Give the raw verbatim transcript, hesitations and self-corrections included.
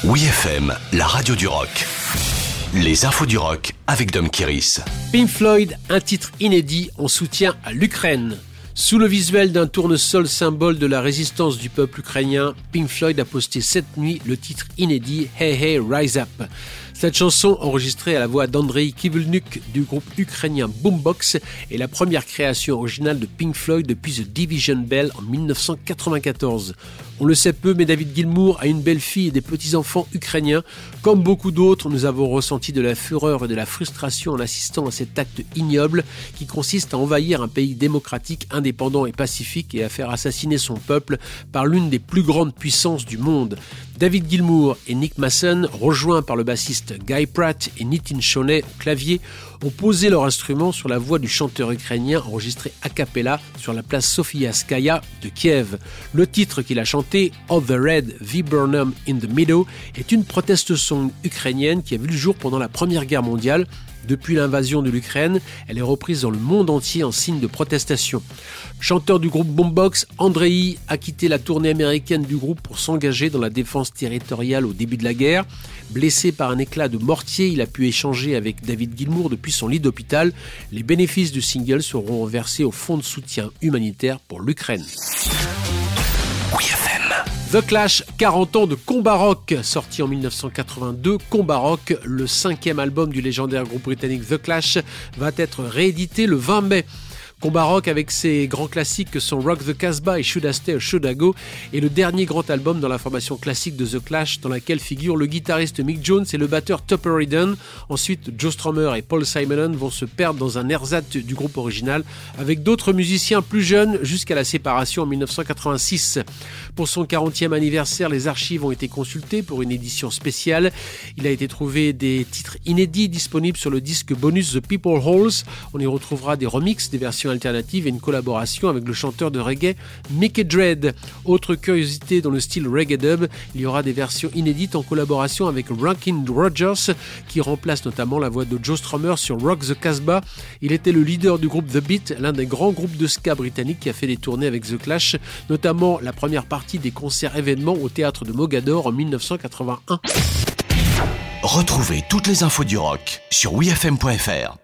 Oui F M, la radio du rock. Les infos du rock avec Dom Kiris. Pink Floyd, un titre inédit en soutien à l'Ukraine. Sous le visuel d'un tournesol symbole de la résistance du peuple ukrainien, Pink Floyd a posté cette nuit le titre inédit Hey Hey Rise Up. Cette chanson, enregistrée à la voix d'Andrei Kivelnuk du groupe ukrainien Boombox, est la première création originale de Pink Floyd depuis The Division Bell en dix-neuf cent quatre-vingt-quatorze. On le sait peu, mais David Gilmour a une belle-fille et des petits-enfants ukrainiens. Comme beaucoup d'autres, nous avons ressenti de la fureur et de la frustration en assistant à cet acte ignoble qui consiste à envahir un pays démocratique, indépendant et pacifique et à faire assassiner son peuple par l'une des plus grandes puissances du monde. David Gilmour et Nick Mason, rejoints par le bassiste Guy Pratt et Nitin Shoney au clavier, ont posé leur instrument sur la voix du chanteur ukrainien enregistré a cappella sur la place Sofiaskaya de Kiev. Le titre qu'il a chanté, Of the Red Viburnum in the Meadow, est une protest song ukrainienne qui a vu le jour pendant la Première Guerre mondiale. Depuis l'invasion de l'Ukraine, elle est reprise dans le monde entier en signe de protestation. Chanteur du groupe Boombox, Andrei a quitté la tournée américaine du groupe pour s'engager dans la défense territoriale au début de la guerre. Blessé par un éclat de mortier, il a pu échanger avec David Gilmour depuis son lit d'hôpital. Les bénéfices du single seront versés au Fonds de soutien humanitaire pour l'Ukraine. Oui F M. The Clash, quarante ans de combat rock, sorti en dix-neuf cent quatre-vingt-deux. Combat rock, le cinquième album du légendaire groupe britannique The Clash, va être réédité le vingt mai. Combat rock avec ses grands classiques que sont Rock the Casbah et Should I Stay or Should I Go est le dernier grand album dans la formation classique de The Clash dans laquelle figurent le guitariste Mick Jones et le batteur Topper Headon. Ensuite, Joe Strummer et Paul Simonon vont se perdre dans un ersatz du groupe original avec d'autres musiciens plus jeunes jusqu'à la séparation en dix-neuf cent quatre-vingt-six. Pour son quarantième anniversaire, les archives ont été consultées pour une édition spéciale. Il a été trouvé des titres inédits disponibles sur le disque bonus The People Halls. On y retrouvera des remixes, des versions alternative et une collaboration avec le chanteur de reggae Mickey Dread. Autre curiosité dans le style reggae dub, il y aura des versions inédites en collaboration avec Rankin Rogers qui remplace notamment la voix de Joe Strummer sur Rock the Casbah. Il était le leader du groupe The Beat, l'un des grands groupes de ska britanniques qui a fait des tournées avec The Clash, notamment la première partie des concerts événements au théâtre de Mogador en dix-neuf cent quatre-vingt-un. Retrouvez toutes les infos du rock sur oui f m point f r.